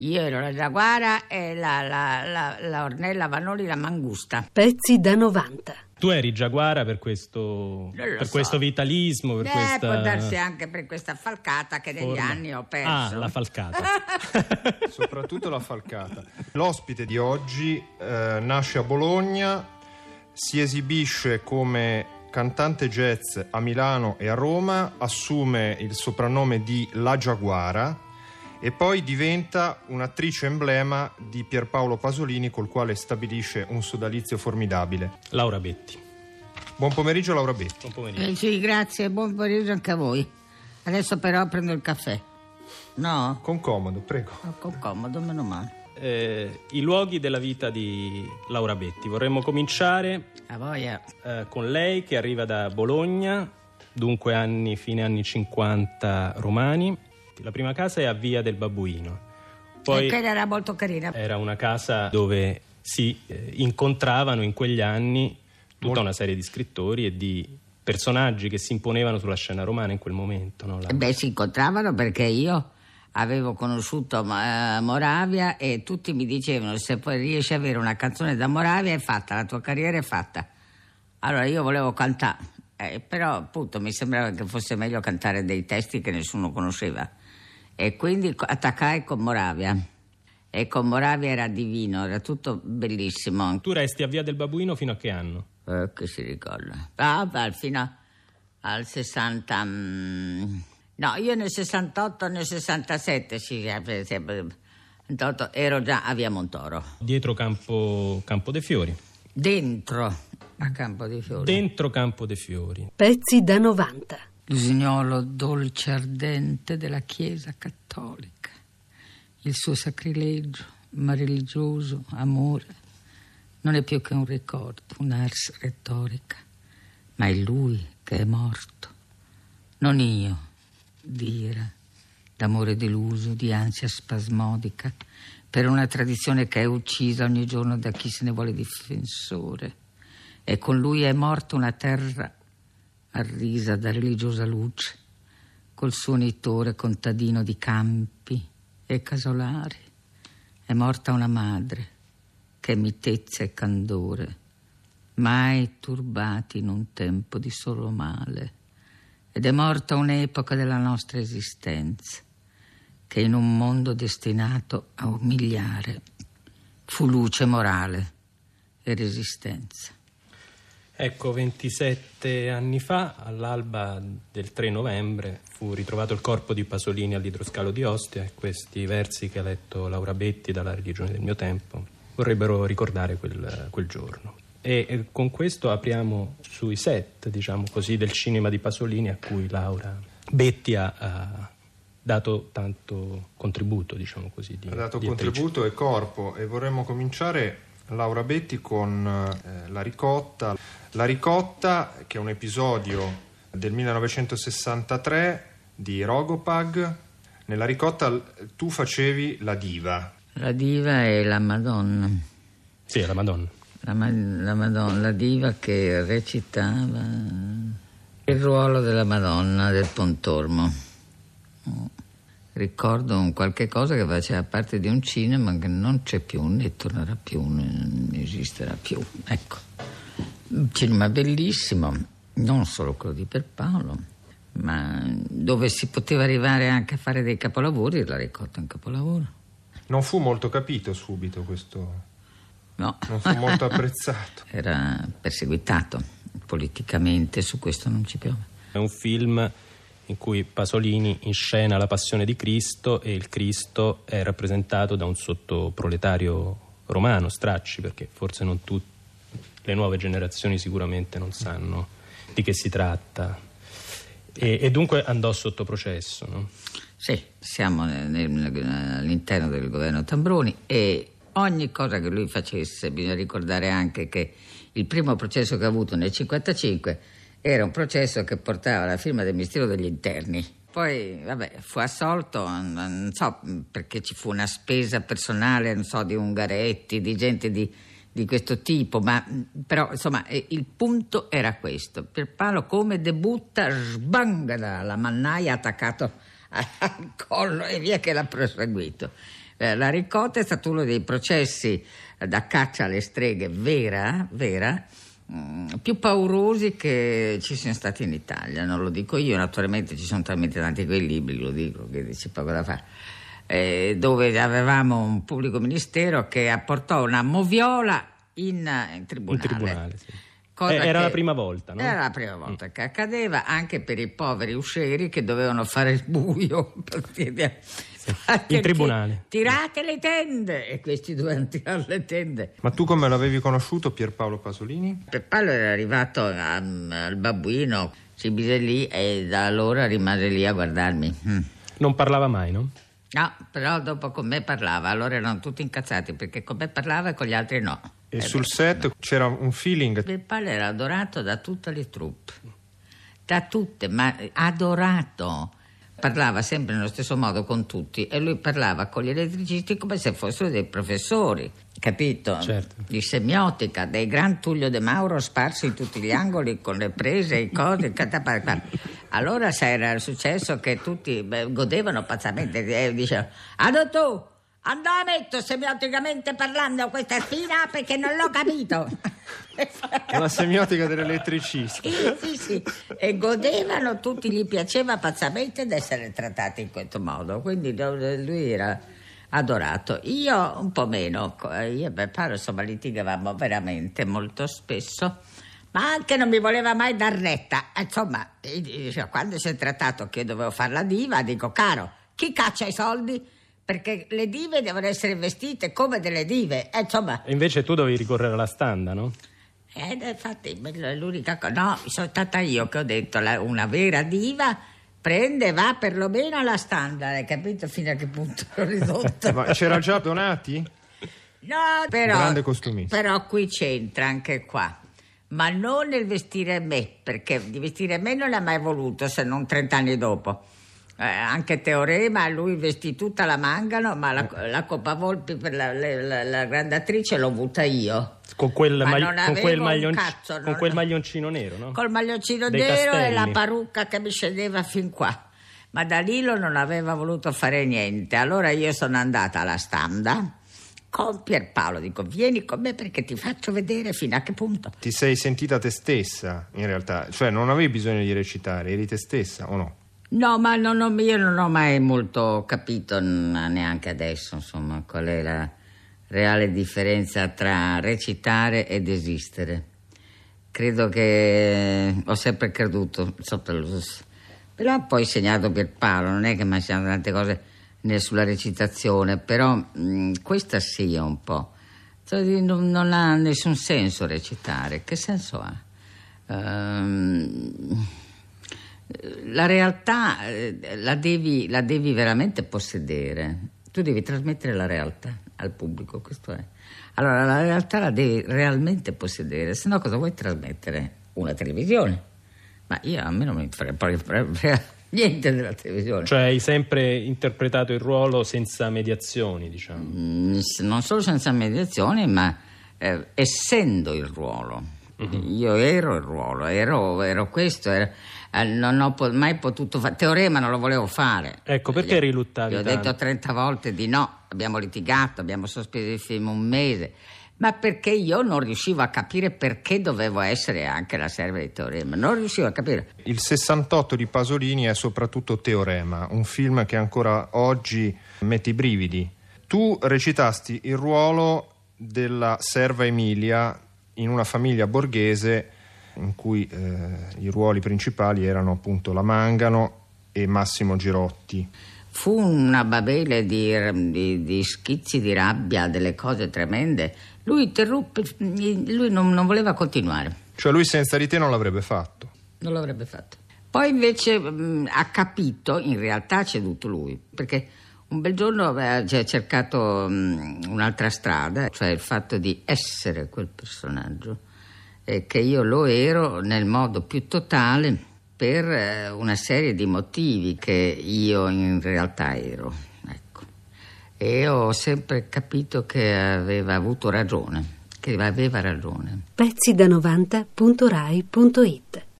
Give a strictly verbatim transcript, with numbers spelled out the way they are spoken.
Io ero la Giaguara e la, la, la, la Ornella Vanoli la Mangusta. Pezzi da novanta. Tu eri Giaguara per questo, per so. questo vitalismo, per eh, questa... può darsi anche per questa falcata che negli forma. anni ho perso. Ah, la falcata. Soprattutto la falcata. L'ospite di oggi eh, nasce a Bologna, si esibisce come cantante jazz a Milano e a Roma, assume il soprannome di La Giaguara e poi diventa un'attrice emblema di Pierpaolo Pasolini, col quale stabilisce un sodalizio formidabile. Laura Betti. Buon pomeriggio Laura Betti. Buon pomeriggio. Eh, sì, grazie, buon pomeriggio anche a voi. Adesso però prendo il caffè. No? Con comodo, prego. Oh, con comodo, meno male. Eh, I luoghi della vita di Laura Betti. Vorremmo cominciare A voglia. eh, con lei che arriva da Bologna, dunque anni, fine anni cinquanta romani. La prima casa è a Via del Babbuino. Poi E quella era molto carina. era una casa dove si eh, incontravano in quegli anni tutta Molto. una serie di scrittori e di personaggi che si imponevano sulla scena romana in quel momento, no? La- E beh, si incontravano perché io avevo conosciuto eh, Moravia e tutti mi dicevano: se poi riesci ad avere una canzone da Moravia è fatta, la tua carriera è fatta. Allora io volevo cantare, eh, però appunto mi sembrava che fosse meglio cantare dei testi che nessuno conosceva. E quindi attaccai con Moravia. E con Moravia era divino, era tutto bellissimo. Tu resti a Via del Babbuino fino a che anno? Eh, che si ricorda? Ah, beh, fino al sessanta... mm, no, io nel sessantotto, nel sessantasette, sì, eh, sessantotto, ero già a Via Montoro. Dietro Campo, Campo dei Fiori. Dentro a Campo dei Fiori. Dentro Campo dei Fiori. Pezzi da novanta. L'usignolo dolce ardente della Chiesa cattolica, il suo sacrilegio, ma religioso amore, non è più che un ricordo, un'ars retorica, ma è lui che è morto, non io, d'ira, d'amore deluso, di ansia spasmodica, per una tradizione che è uccisa ogni giorno da chi se ne vuole difensore, e con lui è morta una terra arrisa da religiosa luce, col suo unitore contadino di campi e casolari. È morta una madre che è mitezza e candore, mai turbati in un tempo di solo male. Ed è morta un'epoca della nostra esistenza, che in un mondo destinato a umiliare fu luce morale e resistenza. Ecco, ventisette anni fa, all'alba del tre novembre, fu ritrovato il corpo di Pasolini all'idroscalo di Ostia e questi versi che ha letto Laura Betti dalla Religione del mio tempo vorrebbero ricordare quel, quel giorno. E, e con questo apriamo sui set, diciamo così, del cinema di Pasolini a cui Laura Betti ha, ha dato tanto contributo, diciamo così. Di, Ha dato di contributo e corpo, e vorremmo cominciare, Laura Betti, con eh, La Ricotta. La Ricotta, che è un episodio del millenovecentosessantatré di Rogopag. Nella Ricotta tu facevi la diva. La diva è la Madonna. Sì, è la Madonna. La, ma- la Madonna, la diva che recitava il ruolo della Madonna del Pontormo. Ricordo un qualche cosa che faceva parte di un cinema che non c'è più, né tornerà più, né esisterà più. Ecco, un cinema bellissimo, non solo quello di Pierpaolo, ma dove si poteva arrivare anche a fare dei capolavori. La Ricotta è un capolavoro. Non fu molto capito subito questo, No. non fu molto apprezzato. Era perseguitato politicamente, su questo non ci piove. È un film in cui Pasolini inscena la passione di Cristo e il Cristo è rappresentato da un sottoproletario romano, Stracci, perché forse non tutte le nuove generazioni sicuramente non sanno di che si tratta. E, e dunque andò sotto processo, no? Sì, siamo nel- nel- all'interno del governo Tambroni e ogni cosa che lui facesse, bisogna ricordare anche che il primo processo che ha avuto nel cinquantacinque era un processo che portava alla firma del Ministero degli Interni. Poi, vabbè, fu assolto, non so, perché ci fu una spesa personale, non so, di Ungaretti, di gente di, di questo tipo, ma però, insomma, il punto era questo. Pierpaolo come debutta, sbangada, la mannaia attaccato al collo e via che l'ha proseguito. Eh, la ricotta è stato uno dei processi da caccia alle streghe vera, vera, mh, più paurosi che ci siano stati in Italia. Non lo dico io, naturalmente ci sono talmente tanti quei libri, lo dico, che dice poco da fare. Eh, dove avevamo un pubblico ministero che apportò una moviola in, in tribunale. In tribunale, sì. Cosa era che la prima volta, no? Era la prima volta mm. che accadeva anche per i poveri uscieri che dovevano fare il buio. Sì. In tribunale. Tirate le tende! E questi dovevano tirare le tende. Ma tu come l'avevi conosciuto Pierpaolo Pasolini? Pierpaolo era arrivato a, al Babbuino, si mise lì e da allora rimase lì a guardarmi. Mm. Non parlava mai, no? No, però dopo con me parlava, allora erano tutti incazzati perché con me parlava e con gli altri no. E eh sul beh, set no. C'era un feeling. Pierpaolo era adorato da tutte le troupe, da tutte, ma adorato. Parlava sempre nello stesso modo con tutti e lui parlava con gli elettricisti come se fossero dei professori, capito? Certo. Di semiotica, dei gran Tullio De Mauro sparsi in tutti gli angoli con le prese, i cose, allora se era successo che tutti beh, godevano pazzamente e dicevano: "Ah, tu, andamento semioticamente parlando questa spina perché non l'ho capito". La semiotica dell'elettricista. Sì, sì, sì. E godevano tutti, gli piaceva pazzamente di essere trattati in questo modo, quindi lui era adorato. Io un po' meno, io e Pierpaolo insomma litigavamo veramente molto spesso, ma anche non mi voleva mai dar retta. Insomma, quando si è trattato che io dovevo fare la diva, dico: "Caro, chi caccia i soldi? Perché le dive devono essere vestite come delle dive". E insomma. E invece tu dovevi ricorrere alla standa, no? Eh, infatti, l'unica cosa. No, sono stata io che ho detto: la, una vera diva prende e va perlomeno alla standa, hai capito fino a che punto l'ho ridotto? Ma c'era già Donati? No, però. Grande costumista. Però qui c'entra anche qua. Ma non nel vestire me, perché di vestire me non l'ha mai voluto, se non trent'anni dopo. Eh, anche Teorema, lui vestì tutta la Mangano, ma la, la Coppa Volpi per la, la, la grande attrice l'ho avuta io. Con quel, ma magli- non con quel, maglion- cazzo, con quel maglioncino nero, no? Col maglioncino Dei nero Castelli. E la parrucca che mi scendeva fin qua. Ma Danilo non aveva voluto fare niente. Allora io sono andata alla standa con Pierpaolo, dico: "Vieni con me perché ti faccio vedere fino a che punto". Ti sei sentita te stessa, in realtà? Cioè non avevi bisogno di recitare, eri te stessa o no? No, ma non ho, io non ho mai molto capito, neanche adesso, insomma, qual è la reale differenza tra recitare ed esistere. Credo che ho sempre creduto, però poi ho insegnato Pierpaolo, non è che mi ha insegnato tante cose sulla recitazione, però mh, questa sì un po'. Cioè, non, non ha nessun senso recitare, che senso ha? Ehm... La realtà la devi, la devi veramente possedere. Tu devi trasmettere la realtà al pubblico, questo è. Allora la realtà la devi realmente possedere, se no cosa vuoi trasmettere? Una televisione. Ma io a me non mi frega niente della televisione. Cioè hai sempre interpretato il ruolo senza mediazioni, diciamo. Mm, non solo senza mediazioni, ma eh, essendo il ruolo. Uh-huh. Io ero il ruolo, ero, ero questo, ero, eh, non ho po- mai potuto fare. Teorema non lo volevo fare. Ecco, perché Gli, riluttavi gli ho tanto? detto trenta volte di no, abbiamo litigato, abbiamo sospeso il film un mese, ma perché io non riuscivo a capire perché dovevo essere anche la serva di Teorema, non riuscivo a capire. Il sessantotto di Pasolini è soprattutto Teorema, un film che ancora oggi mette i brividi. Tu recitasti il ruolo della serva Emilia in una famiglia borghese in cui eh, i ruoli principali erano appunto la Mangano e Massimo Girotti. Fu una babele di, di, di schizzi di rabbia, delle cose tremende. Lui interruppe, lui non, non voleva continuare. Cioè lui senza di te non l'avrebbe fatto? Non l'avrebbe fatto. Poi invece mh, ha capito, in realtà ha ceduto lui, perché un bel giorno aveva cercato mh, un'altra strada, cioè il fatto di essere quel personaggio, e che io lo ero nel modo più totale per eh, una serie di motivi che io in realtà ero, ecco. E ho sempre capito che aveva avuto ragione, che aveva ragione. Pezzi da novanta punto rai punto it